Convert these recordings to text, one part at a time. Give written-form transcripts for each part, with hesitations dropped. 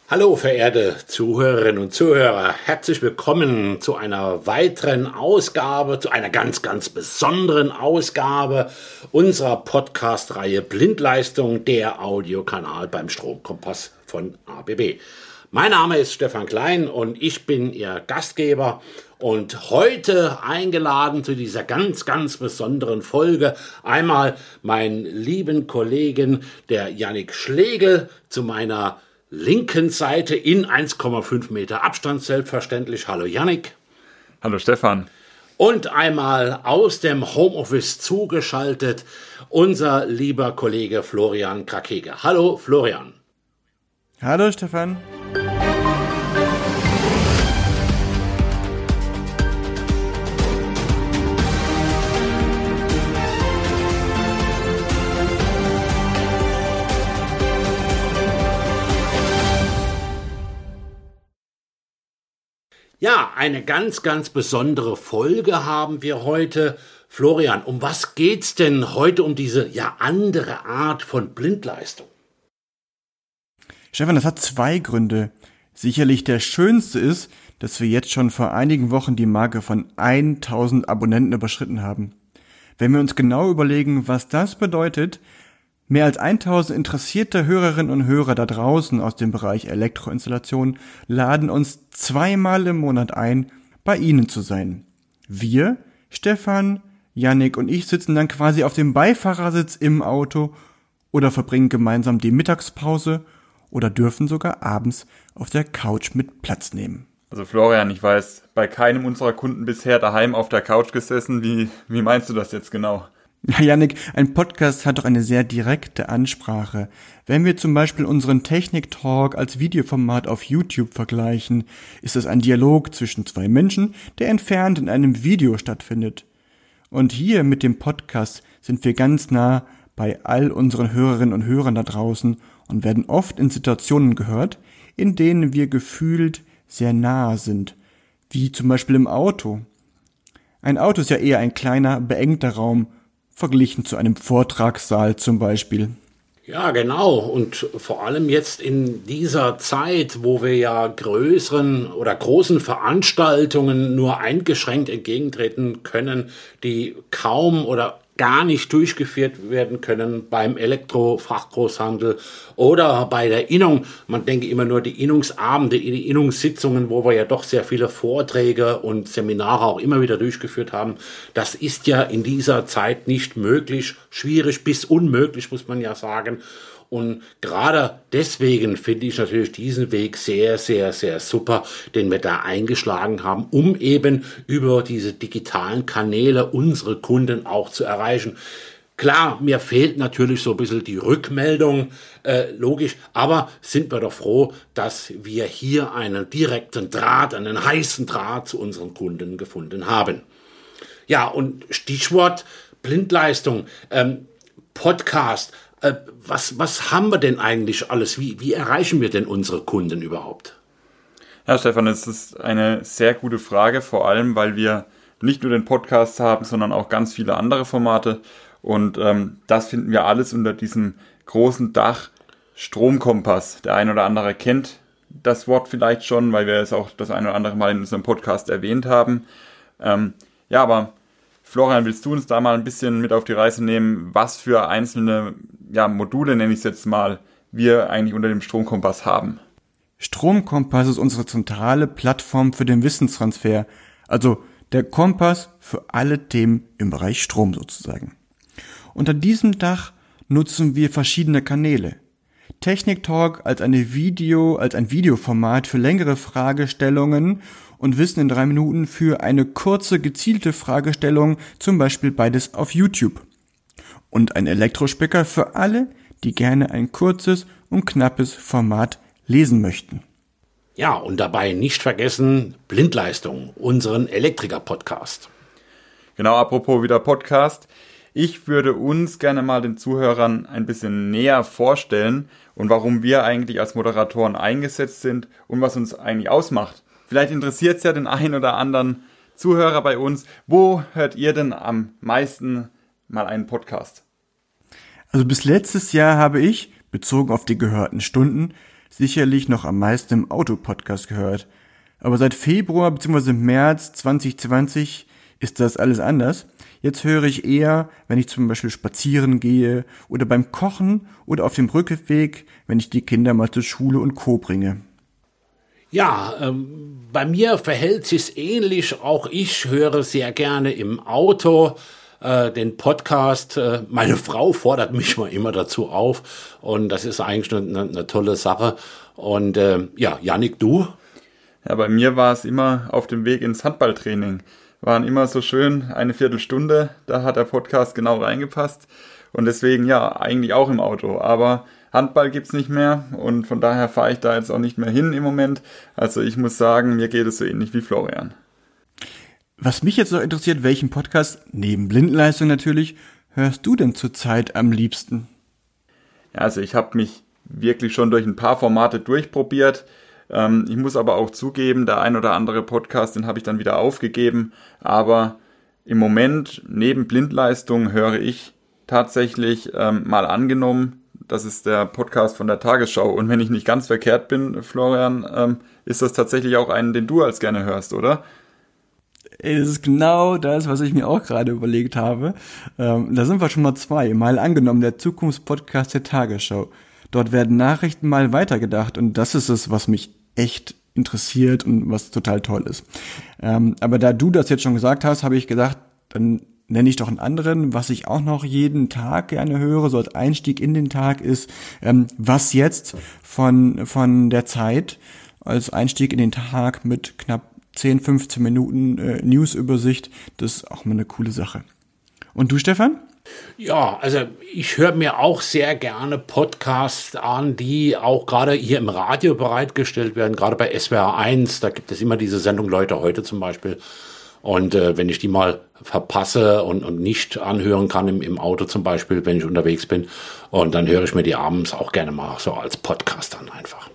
Hallo verehrte Zuhörerinnen und Zuhörer, herzlich willkommen zu einer weiteren Ausgabe, zu einer ganz, ganz besonderen Ausgabe unserer Podcast-Reihe Blindleistung, der Audiokanal beim Stromkompass von ABB. Mein Name ist Stefan Klein und ich bin Ihr Gastgeber und heute eingeladen zu dieser ganz, ganz besonderen Folge einmal meinen lieben Kollegen, der Jannik Schlegel, zu meiner linken Seite in 1,5 Meter Abstand selbstverständlich. Hallo Jannik. Hallo Stefan. Und einmal aus dem Homeoffice zugeschaltet unser lieber Kollege Florian Krakeke. Hallo Florian. Hallo Stefan. Ja, eine ganz, ganz besondere Folge haben wir heute. Florian, um was geht's denn heute um diese andere Art von Blindleistung? Stefan, das hat zwei Gründe. Sicherlich der schönste ist, dass wir jetzt schon vor einigen Wochen die Marke von 1000 Abonnenten überschritten haben. Wenn wir uns genau überlegen, was das bedeutet, mehr als 1000 interessierte Hörerinnen und Hörer da draußen aus dem Bereich Elektroinstallation laden uns zweimal im Monat ein, bei Ihnen zu sein. Wir, Stefan, Jannik und ich sitzen dann quasi auf dem Beifahrersitz im Auto oder verbringen gemeinsam die Mittagspause oder dürfen sogar abends auf der Couch mit Platz nehmen. Also Florian, ich weiß, bei keinem unserer Kunden bisher daheim auf der Couch gesessen. Wie meinst du das jetzt genau? Ja, Jannik, ein Podcast hat doch eine sehr direkte Ansprache. Wenn wir zum Beispiel unseren Technik-Talk als Videoformat auf YouTube vergleichen, ist es ein Dialog zwischen zwei Menschen, der entfernt in einem Video stattfindet. Und hier mit dem Podcast sind wir ganz nah bei all unseren Hörerinnen und Hörern da draußen und werden oft in Situationen gehört, in denen wir gefühlt sehr nah sind, wie zum Beispiel im Auto. Ein Auto ist ja eher ein kleiner, beengter Raum, verglichen zu einem Vortragssaal zum Beispiel. Ja, genau. Und vor allem jetzt in dieser Zeit, wo wir ja größeren oder großen Veranstaltungen nur eingeschränkt entgegentreten können, die kaum oder gar nicht durchgeführt werden können beim Elektrofachgroßhandel oder bei der Innung. Man denke immer nur die Innungsabende, die Innungssitzungen, wo wir ja doch sehr viele Vorträge und Seminare auch immer wieder durchgeführt haben. Das ist ja in dieser Zeit nicht möglich, schwierig bis unmöglich, muss man ja sagen. Und gerade deswegen finde ich natürlich diesen Weg sehr, sehr, sehr super, den wir da eingeschlagen haben, um eben über diese digitalen Kanäle unsere Kunden auch zu erreichen. Klar, mir fehlt natürlich so ein bisschen die Rückmeldung, logisch, aber sind wir doch froh, dass wir hier einen direkten Draht, einen heißen Draht zu unseren Kunden gefunden haben. Ja, und Stichwort Blindleistung, Podcast. Was haben wir denn eigentlich alles? Wie erreichen wir denn unsere Kunden überhaupt? Ja, Stefan, das ist eine sehr gute Frage, vor allem, weil wir nicht nur den Podcast haben, sondern auch ganz viele andere Formate. Und das finden wir alles unter diesem großen Dach Stromkompass. Der ein oder andere kennt das Wort vielleicht schon, weil wir es auch das ein oder andere Mal in unserem Podcast erwähnt haben. Aber Florian, willst du uns da mal ein bisschen mit auf die Reise nehmen, was für einzelne Module, nenne ich es jetzt mal, wir eigentlich unter dem Stromkompass haben? Stromkompass ist unsere zentrale Plattform für den Wissenstransfer, also der Kompass für alle Themen im Bereich Strom sozusagen. Unter diesem Dach nutzen wir verschiedene Kanäle. Technik Talk als ein Videoformat für längere Fragestellungen und Wissen in 3 Minuten für eine kurze, gezielte Fragestellung, zum Beispiel beides auf YouTube. Und ein Elektrospicker für alle, die gerne ein kurzes und knappes Format lesen möchten. Ja, und dabei nicht vergessen, Blindleistung, unseren Elektriker-Podcast. Genau, apropos wieder Podcast. Ich würde uns gerne mal den Zuhörern ein bisschen näher vorstellen und warum wir eigentlich als Moderatoren eingesetzt sind und was uns eigentlich ausmacht. Vielleicht interessiert es ja den einen oder anderen Zuhörer bei uns. Wo hört ihr denn am meisten mal einen Podcast? Also bis letztes Jahr habe ich, bezogen auf die gehörten Stunden, sicherlich noch am meisten im Auto-Podcast gehört. Aber seit Februar bzw. März 2020 ist das alles anders. Jetzt höre ich eher, wenn ich zum Beispiel spazieren gehe oder beim Kochen oder auf dem Rückweg, wenn ich die Kinder mal zur Schule und Co. bringe. Ja, bei mir verhält sich's ähnlich. Auch ich höre sehr gerne im Auto den Podcast. Meine Frau fordert mich mal immer dazu auf und das ist eigentlich eine tolle Sache. Und ja, Jannik, du? Ja, bei mir war es immer auf dem Weg ins Handballtraining. Waren immer so schön eine Viertelstunde, da hat der Podcast genau reingepasst. Und deswegen ja, eigentlich auch im Auto. Aber Handball gibt's nicht mehr und von daher fahre ich da jetzt auch nicht mehr hin im Moment. Also ich muss sagen, mir geht es so ähnlich wie Florian. Was mich jetzt noch interessiert, welchen Podcast, neben Blindenleistung natürlich, hörst du denn zurzeit am liebsten? Ja, also ich habe mich wirklich schon durch ein paar Formate durchprobiert. Ich muss aber auch zugeben, der ein oder andere Podcast, den habe ich dann wieder aufgegeben. Aber im Moment, neben Blindleistung, höre ich tatsächlich mal angenommen, das ist der Podcast von der Tagesschau. Und wenn ich nicht ganz verkehrt bin, Florian, ist das tatsächlich auch einen, den du als gerne hörst, oder? Es ist genau das, was ich mir auch gerade überlegt habe. Da sind wir schon mal zwei. Mal angenommen, der Zukunftspodcast der Tagesschau. Dort werden Nachrichten mal weitergedacht und das ist es, was mich echt interessiert und was total toll ist. Aber da du das jetzt schon gesagt hast, habe ich gedacht, dann nenne ich doch einen anderen, was ich auch noch jeden Tag gerne höre, so als Einstieg in den Tag ist, was jetzt von der Zeit als Einstieg in den Tag mit knapp 10, 15 Minuten Newsübersicht, das ist auch mal eine coole Sache. Und du, Stefan? Ja, also ich höre mir auch sehr gerne Podcasts an, die auch gerade hier im Radio bereitgestellt werden, gerade bei SWR 1, da gibt es immer diese Sendung Leute heute zum Beispiel. Und wenn ich die mal verpasse und nicht anhören kann im Auto zum Beispiel, wenn ich unterwegs bin, und dann höre ich mir die abends auch gerne mal so als Podcast an einfach.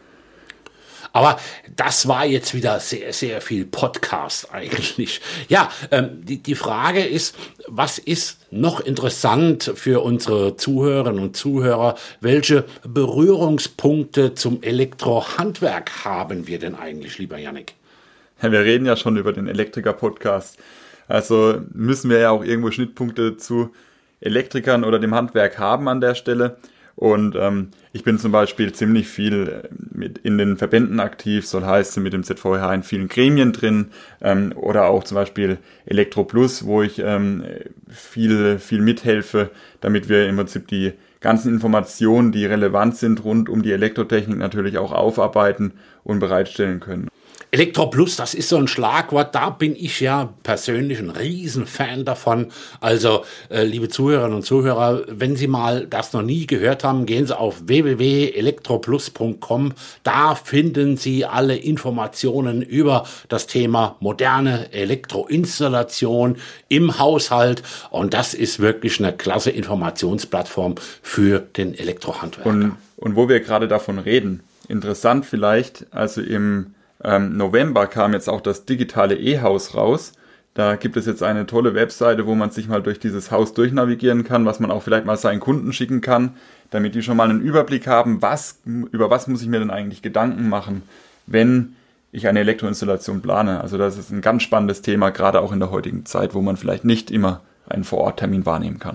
Aber das war jetzt wieder sehr, sehr viel Podcast eigentlich. Ja, die Frage ist, was ist noch interessant für unsere Zuhörerinnen und Zuhörer? Welche Berührungspunkte zum Elektrohandwerk haben wir denn eigentlich, lieber Jannik? Ja, wir reden ja schon über den Elektriker-Podcast. Also müssen wir ja auch irgendwo Schnittpunkte zu Elektrikern oder dem Handwerk haben an der Stelle. Und ich bin zum Beispiel ziemlich viel mit in den Verbänden aktiv, soll heißen mit dem ZVH in vielen Gremien drin, oder auch zum Beispiel Elektro Plus, wo ich viel mithelfe, damit wir im Prinzip die ganzen Informationen, die relevant sind rund um die Elektrotechnik natürlich auch aufarbeiten und bereitstellen können. Elektro Plus, das ist so ein Schlagwort, da bin ich ja persönlich ein Riesenfan davon. Also, liebe Zuhörerinnen und Zuhörer, wenn Sie mal das noch nie gehört haben, gehen Sie auf www.elektroplus.com. Da finden Sie alle Informationen über das Thema moderne Elektroinstallation im Haushalt. Und das ist wirklich eine klasse Informationsplattform für den Elektrohandwerker. Und wo wir gerade davon reden, interessant vielleicht, also im November kam jetzt auch das digitale E-Haus raus. Da gibt es jetzt eine tolle Webseite, wo man sich mal durch dieses Haus durchnavigieren kann, was man auch vielleicht mal seinen Kunden schicken kann, damit die schon mal einen Überblick haben, über was muss ich mir denn eigentlich Gedanken machen, wenn ich eine Elektroinstallation plane. Also das ist ein ganz spannendes Thema, gerade auch in der heutigen Zeit, wo man vielleicht nicht immer einen Vororttermin wahrnehmen kann.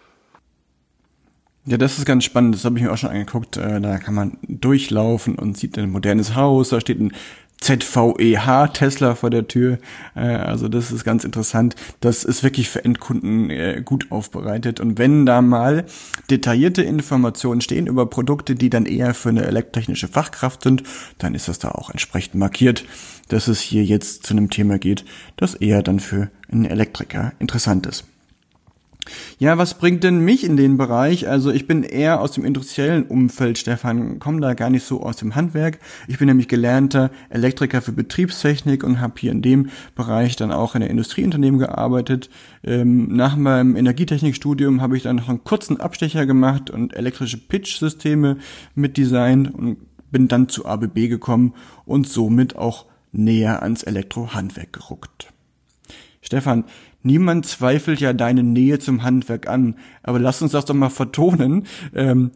Ja, das ist ganz spannend, das habe ich mir auch schon angeguckt. Da kann man durchlaufen und sieht ein modernes Haus, da steht ein ZVEH Tesla vor der Tür. Also das ist ganz interessant. Das ist wirklich für Endkunden gut aufbereitet. Und wenn da mal detaillierte Informationen stehen über Produkte, die dann eher für eine elektrotechnische Fachkraft sind, dann ist das da auch entsprechend markiert, dass es hier jetzt zu einem Thema geht, das eher dann für einen Elektriker interessant ist. Ja, was bringt denn mich in den Bereich? Also ich bin eher aus dem industriellen Umfeld, Stefan, komme da gar nicht so aus dem Handwerk. Ich bin nämlich gelernter Elektriker für Betriebstechnik und habe hier in dem Bereich dann auch in der Industrieunternehmen gearbeitet. Nach meinem Energietechnikstudium habe ich dann noch einen kurzen Abstecher gemacht und elektrische Pitch-Systeme mitdesignt und bin dann zu ABB gekommen und somit auch näher ans Elektrohandwerk gerückt. Stefan, niemand zweifelt ja deine Nähe zum Handwerk an, aber lass uns das doch mal vertonen.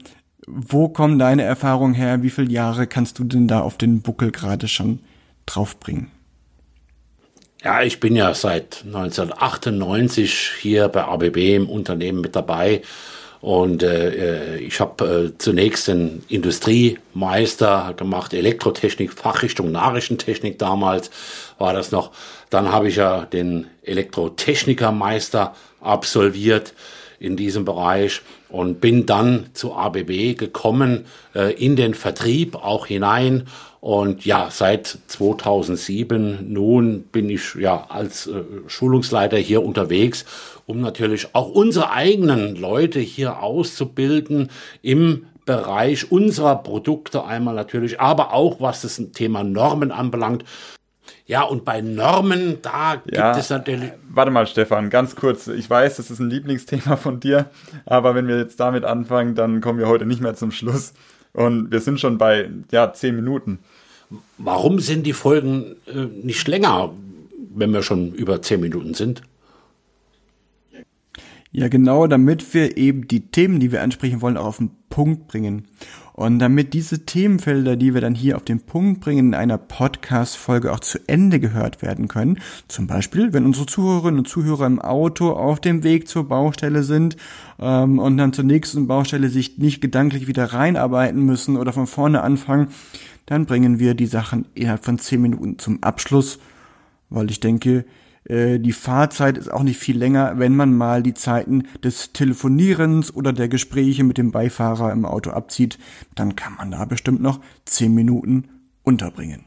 Wo kommen deine Erfahrungen her? Wie viele Jahre kannst du denn da auf den Buckel gerade schon draufbringen? Ja, ich bin ja seit 1998 hier bei ABB im Unternehmen mit dabei und ich habe zunächst den Industriemeister gemacht, Elektrotechnik, Fachrichtung Nachrichtentechnik damals war das noch. Dann habe ich ja den Elektrotechnikermeister absolviert in diesem Bereich und bin dann zu ABB gekommen, in den Vertrieb auch hinein. Und ja, seit 2007 nun bin ich ja als Schulungsleiter hier unterwegs, um natürlich auch unsere eigenen Leute hier auszubilden im Bereich unserer Produkte einmal natürlich, aber auch was das Thema Normen anbelangt. Ja, und bei Normen, da gibt es natürlich... Warte mal, Stefan, ganz kurz. Ich weiß, das ist ein Lieblingsthema von dir, aber wenn wir jetzt damit anfangen, dann kommen wir heute nicht mehr zum Schluss. Und wir sind schon bei 10 Minuten. Warum sind die Folgen nicht länger, wenn wir schon über 10 Minuten sind? Ja, genau, damit wir eben die Themen, die wir ansprechen wollen, auch auf den Punkt bringen. Und damit diese Themenfelder, die wir dann hier auf den Punkt bringen, in einer Podcast-Folge auch zu Ende gehört werden können, zum Beispiel, wenn unsere Zuhörerinnen und Zuhörer im Auto auf dem Weg zur Baustelle sind und dann zur nächsten Baustelle sich nicht gedanklich wieder reinarbeiten müssen oder von vorne anfangen, dann bringen wir die Sachen innerhalb von 10 Minuten zum Abschluss, weil ich denke, die Fahrzeit ist auch nicht viel länger, wenn man mal die Zeiten des Telefonierens oder der Gespräche mit dem Beifahrer im Auto abzieht, dann kann man da bestimmt noch 10 Minuten unterbringen.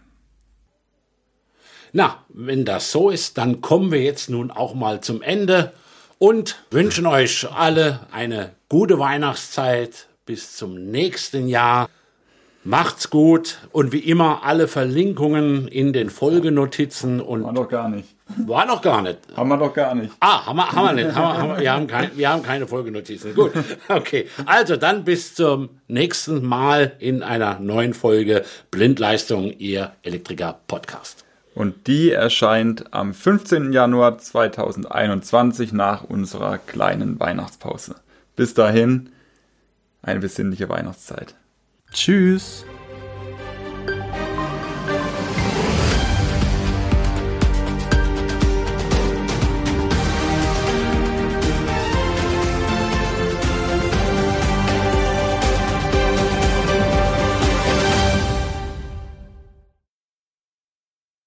Na, wenn das so ist, dann kommen wir jetzt nun auch mal zum Ende und wünschen euch alle eine gute Weihnachtszeit bis zum nächsten Jahr. Macht's gut und wie immer alle Verlinkungen in den Folgenotizen. Und war doch gar nicht. War noch gar nicht. Haben wir doch gar nicht. Haben wir nicht. Wir haben keine Folgenotizen. Gut, okay. Also dann bis zum nächsten Mal in einer neuen Folge Blindleistung, Ihr Elektriker-Podcast. Und die erscheint am 15. Januar 2021 nach unserer kleinen Weihnachtspause. Bis dahin, eine besinnliche Weihnachtszeit. Tschüss.